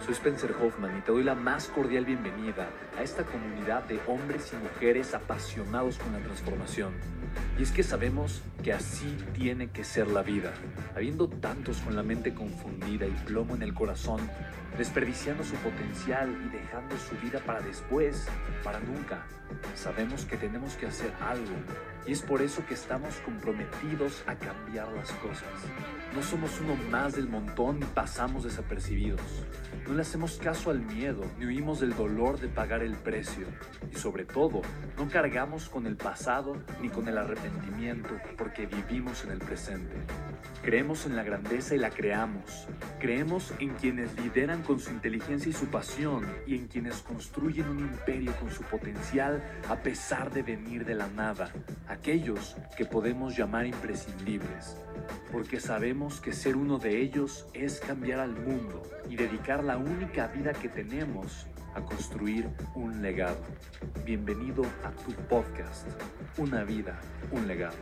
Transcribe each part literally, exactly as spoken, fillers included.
Soy Spencer Hoffman y te doy la más cordial bienvenida a esta comunidad de hombres y mujeres apasionados con la transformación. Y es que sabemos que así tiene que ser la vida, habiendo tantos con la mente confundida y plomo en el corazón, desperdiciando su potencial y dejando su vida para después, para nunca. Sabemos que tenemos que hacer algo y es por eso que estamos comprometidos a cambiar las cosas. No somos uno más del montón ni pasamos desapercibidos. No le hacemos caso al miedo ni huimos del dolor de pagar el precio. Y sobre todo, no cargamos con el pasado ni con el arrepentimiento porque vivimos en el presente. Creemos en la grandeza y la creamos. Creemos en quienes lideran con su inteligencia y su pasión y en quienes construyen un imperio con su potencial a pesar de venir de la nada. Aquellos que podemos llamar imprescindibles. Porque sabemos que ser uno de ellos es cambiar al mundo y dedicar la única vida que tenemos a construir un legado. Bienvenido a tu podcast, Una vida, un legado.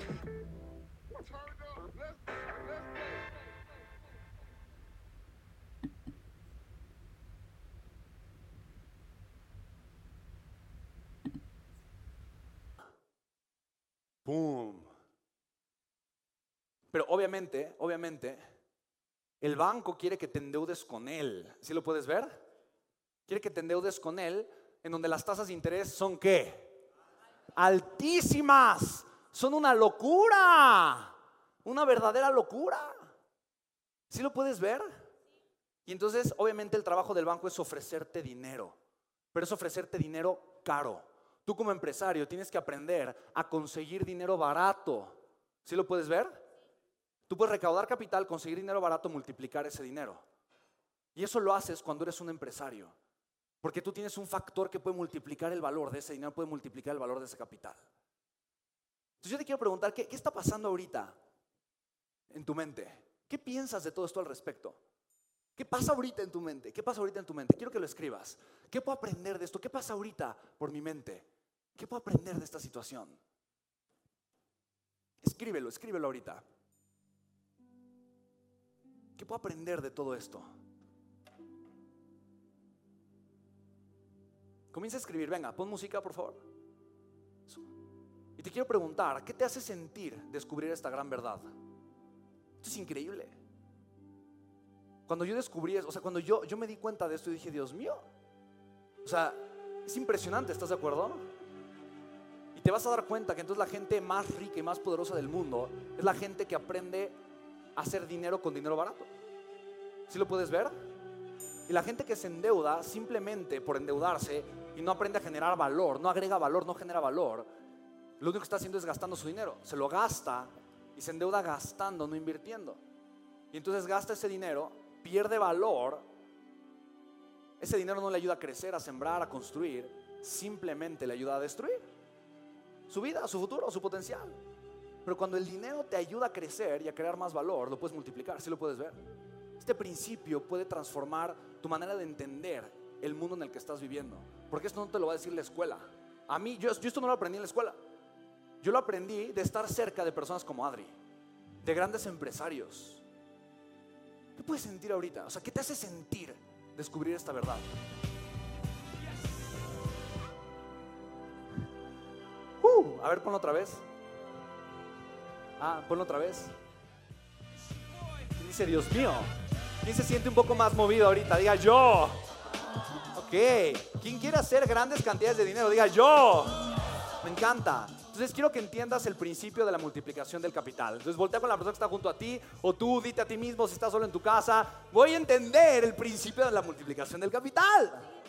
¡Pum! Pero obviamente, obviamente, el banco quiere que te endeudes con él. ¿Sí lo puedes ver? Quiere que te endeudes con él, en donde las tasas de interés son ¿qué? Altísimas. Son una locura. Una verdadera locura. ¿Sí lo puedes ver? Y entonces, obviamente, el trabajo del banco es ofrecerte dinero. Pero es ofrecerte dinero caro. Tú como empresario tienes que aprender a conseguir dinero barato. ¿Sí lo puedes ver? Tú puedes recaudar capital, conseguir dinero barato, multiplicar ese dinero. Y eso lo haces cuando eres un empresario. Porque tú tienes un factor que puede multiplicar el valor de ese dinero, puede multiplicar el valor de ese capital. Entonces yo te quiero preguntar, ¿qué, qué está pasando ahorita en tu mente? ¿Qué piensas de todo esto al respecto? ¿Qué pasa ahorita en tu mente? ¿Qué pasa ahorita en tu mente? Quiero que lo escribas. ¿Qué puedo aprender de esto? ¿Qué pasa ahorita por mi mente? ¿Qué puedo aprender de esta situación? Escríbelo, escríbelo ahorita. ¿Qué puedo aprender de todo esto? Comienza a escribir, venga, pon música por favor. Eso. Y te quiero preguntar, ¿qué te hace sentir descubrir esta gran verdad? Esto es increíble. Cuando yo descubrí eso, o sea, cuando yo, yo me di cuenta de esto y dije, Dios mío, o sea, es impresionante, ¿estás de acuerdo? Y te vas a dar cuenta que entonces la gente más rica y más poderosa del mundo es la gente que aprende a hacer dinero con dinero barato. ¿Sí lo puedes ver? Y la gente que se endeuda simplemente por endeudarse y no aprende a generar valor, no agrega valor, no genera valor, lo único que está haciendo es gastando su dinero. Se lo gasta y se endeuda gastando, no invirtiendo. Y entonces gasta ese dinero, pierde valor. Ese dinero no le ayuda a crecer, a sembrar, a construir, simplemente le ayuda a destruir su vida, su futuro, su potencial. Pero cuando el dinero te ayuda a crecer y a crear más valor, lo puedes multiplicar, ¿sí lo puedes ver? Este principio puede transformar tu manera de entender el mundo en el que estás viviendo. Porque esto no te lo va a decir la escuela. A mí, yo, yo esto no lo aprendí en la escuela. Yo lo aprendí de estar cerca de personas como Adri, de grandes empresarios. ¿Qué puedes sentir ahorita? O sea, ¿qué te hace sentir descubrir esta verdad? Uh, a ver, ponlo otra vez. Ah, ponlo otra vez. ¿Quién dice Dios mío? ¿Quién se siente un poco más movido ahorita? Diga yo. Ok. ¿Quién quiere hacer grandes cantidades de dinero? Diga yo. Me encanta. Entonces quiero que entiendas el principio de la multiplicación del capital. Entonces voltea con la persona que está junto a ti, o tú dite a ti mismo si estás solo en tu casa, voy a entender el principio de la multiplicación del capital.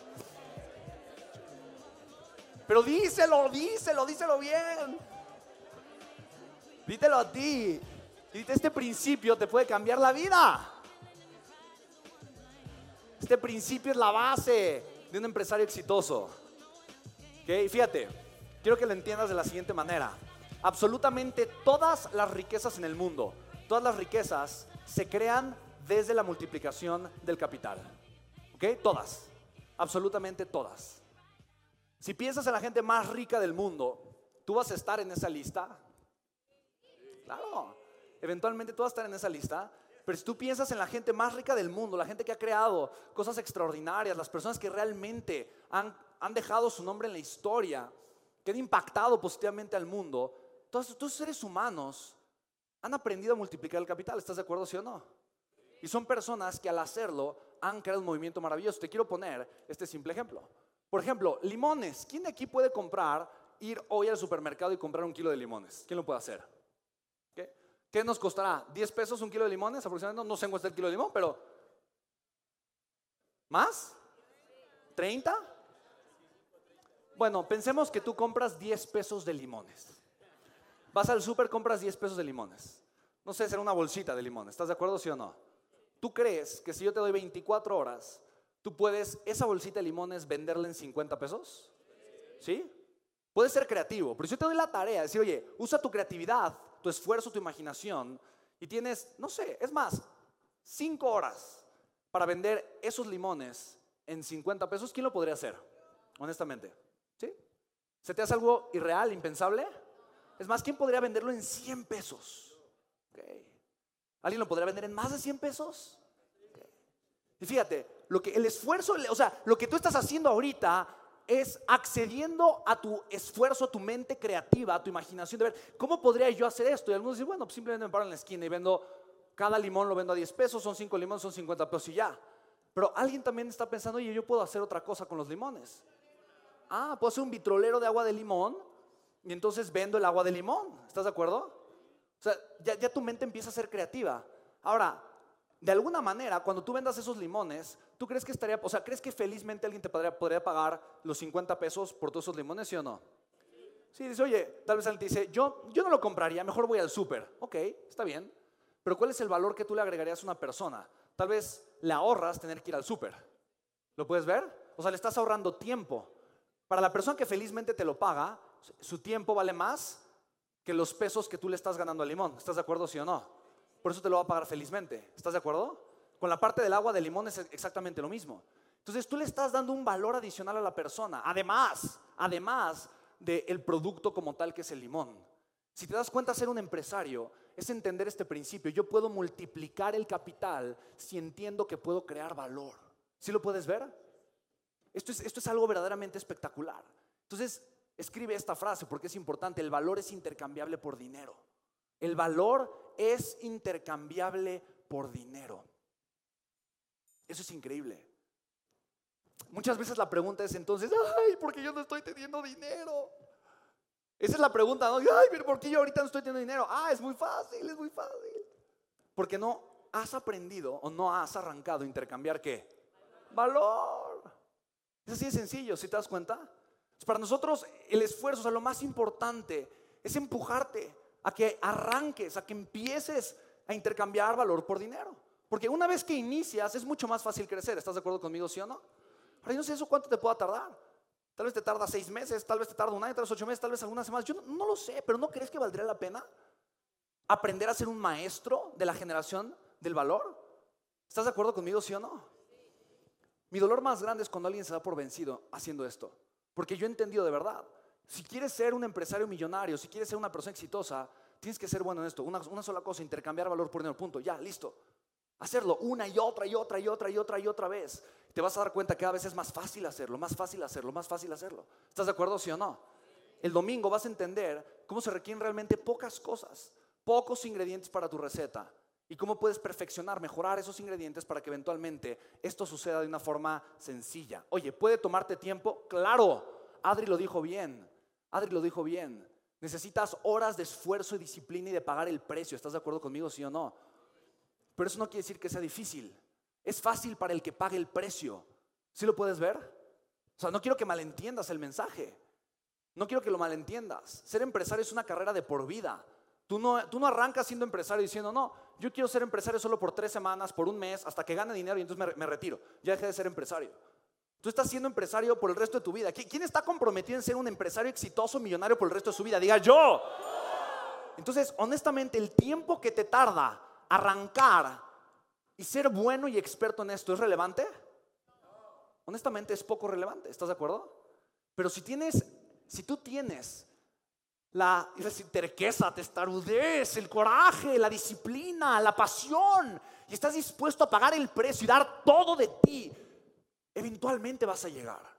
Pero díselo, díselo, díselo bien. Dítelo a ti. Y dite, este principio te puede cambiar la vida. Este principio es la base de un empresario exitoso. ¿Ok? Fíjate, quiero que lo entiendas de la siguiente manera. Absolutamente todas las riquezas en el mundo, todas las riquezas se crean desde la multiplicación del capital. ¿Ok? Todas. Absolutamente todas. Si piensas en la gente más rica del mundo, ¿tú vas a estar en esa lista? Claro. Eventualmente tú vas a estar en esa lista. Pero si tú piensas en la gente más rica del mundo, la gente que ha creado cosas extraordinarias, las personas que realmente han, han dejado su nombre en la historia, que han impactado positivamente al mundo, todos estos seres humanos han aprendido a multiplicar el capital. ¿Estás de acuerdo, sí o no? Y son personas que al hacerlo han creado un movimiento maravilloso. Te quiero poner este simple ejemplo. Por ejemplo, limones. ¿Quién de aquí puede comprar, ir hoy al supermercado y comprar un kilo de limones? ¿Quién lo puede hacer? ¿Qué, ¿Qué nos costará? ¿diez pesos un kilo de limones aproximadamente? No sé en cuánto está el kilo de limón, pero ¿más? ¿treinta? Bueno, pensemos que tú compras diez pesos de limones. Vas al súper, compras diez pesos de limones. No sé, será una bolsita de limones. ¿Estás de acuerdo, sí o no? ¿Tú crees que si yo te doy veinticuatro horas, tú puedes esa bolsita de limones venderla en cincuenta pesos? ¿Sí? Puedes ser creativo, pero si yo te doy la tarea de decir, oye, usa tu creatividad, tu esfuerzo, tu imaginación, y tienes, no sé, es más, cinco horas para vender esos limones en cincuenta pesos, ¿quién lo podría hacer? Honestamente, ¿sí? ¿Se te hace algo irreal, impensable? Es más, ¿quién podría venderlo en cien pesos? Okay. ¿Alguien lo podría vender en más de cien pesos? Okay. Y fíjate, lo que el esfuerzo, o sea, lo que tú estás haciendo ahorita es accediendo a tu esfuerzo, a tu mente creativa, a tu imaginación de ver, ¿cómo podría yo hacer esto? Y algunos dicen, bueno, pues simplemente me paro en la esquina y vendo, cada limón lo vendo a diez pesos, son cinco limones, son cincuenta pesos y ya. Pero alguien también está pensando, oye, yo puedo hacer otra cosa con los limones. Ah, puedo hacer un vitrolero de agua de limón y entonces vendo el agua de limón. ¿Estás de acuerdo? O sea, ya, ya tu mente empieza a ser creativa. Ahora, de alguna manera, cuando tú vendas esos limones, ¿tú crees que estaría, o sea, crees que felizmente alguien te podría, podría pagar los cincuenta pesos por todos esos limones, sí o no? Sí, dice, oye, tal vez alguien te dice, yo, yo no lo compraría, mejor voy al súper. Ok, está bien. Pero ¿cuál es el valor que tú le agregarías a una persona? Tal vez le ahorras tener que ir al súper. ¿Lo puedes ver? O sea, le estás ahorrando tiempo. Para la persona que felizmente te lo paga, su tiempo vale más que los pesos que tú le estás ganando al limón. ¿Estás de acuerdo, sí o no? Por eso te lo va a pagar felizmente. ¿Estás de acuerdo? Con la parte del agua de limón es exactamente lo mismo. Entonces tú le estás dando un valor adicional a la persona. Además, además del producto como tal que es el limón. Si te das cuenta, ser un empresario es entender este principio. Yo puedo multiplicar el capital si entiendo que puedo crear valor. ¿Sí lo puedes ver? Esto es, esto es algo verdaderamente espectacular. Entonces, escribe esta frase porque es importante. El valor es intercambiable por dinero. El valor es intercambiable por dinero. Eso es increíble. Muchas veces la pregunta es entonces, ay, ¿por qué yo no estoy teniendo dinero? Esa es la pregunta, ¿no? Ay, pero ¿por qué yo ahorita no estoy teniendo dinero? Ah, es muy fácil, es muy fácil. Porque no has aprendido o no has arrancado a intercambiar ¿qué? Valor. Es así de sencillo, ¿sí te das cuenta? Para nosotros el esfuerzo, o sea, lo más importante es empujarte a que arranques, a que empieces a intercambiar valor por dinero. Porque una vez que inicias es mucho más fácil crecer. ¿Estás de acuerdo conmigo, sí o no? Ahora yo no sé eso cuánto te pueda tardar. Tal vez te tarda seis meses, tal vez te tarda un año, tal vez ocho meses, tal vez algunas semanas. Yo no, no lo sé, pero ¿no crees que valdría la pena aprender a ser un maestro de la generación del valor? ¿Estás de acuerdo conmigo, sí o no? Mi dolor más grande es cuando alguien se da por vencido haciendo esto. Porque yo he entendido de verdad. Si quieres ser un empresario millonario, si quieres ser una persona exitosa, tienes que ser bueno en esto. Una, una sola cosa, intercambiar valor por dinero, punto, ya, listo. Hacerlo una y otra y otra y otra y otra y otra vez. Te vas a dar cuenta que cada vez es más fácil hacerlo, más fácil hacerlo, más fácil hacerlo. ¿Estás de acuerdo, sí o no? El domingo vas a entender cómo se requieren realmente pocas cosas, pocos ingredientes para tu receta. Y cómo puedes perfeccionar, mejorar esos ingredientes para que eventualmente esto suceda de una forma sencilla. Oye, ¿puede tomarte tiempo? Claro, Adri lo dijo bien, Adri lo dijo bien. Necesitas horas de esfuerzo y disciplina y de pagar el precio. ¿Estás de acuerdo conmigo, sí o no? Pero eso no quiere decir que sea difícil. Es fácil para el que pague el precio. ¿Sí lo puedes ver? O sea, no quiero que malentiendas el mensaje. No quiero que lo malentiendas. Ser empresario es una carrera de por vida. Tú no, tú no arrancas siendo empresario diciendo, no, yo quiero ser empresario solo por tres semanas, por un mes, hasta que gane dinero y entonces me, me retiro. Ya dejé de ser empresario. Tú estás siendo empresario por el resto de tu vida. ¿Quién está comprometido en ser un empresario exitoso, millonario por el resto de su vida? Diga yo. Entonces, honestamente, el tiempo que te tarda arrancar y ser bueno y experto en esto, ¿es relevante? Honestamente, es poco relevante. ¿Estás de acuerdo? Pero si tienes, si tú tienes la es decir, terqueza, testarudez, el coraje, la disciplina, la pasión, y estás dispuesto a pagar el precio y dar todo de ti, eventualmente vas a llegar.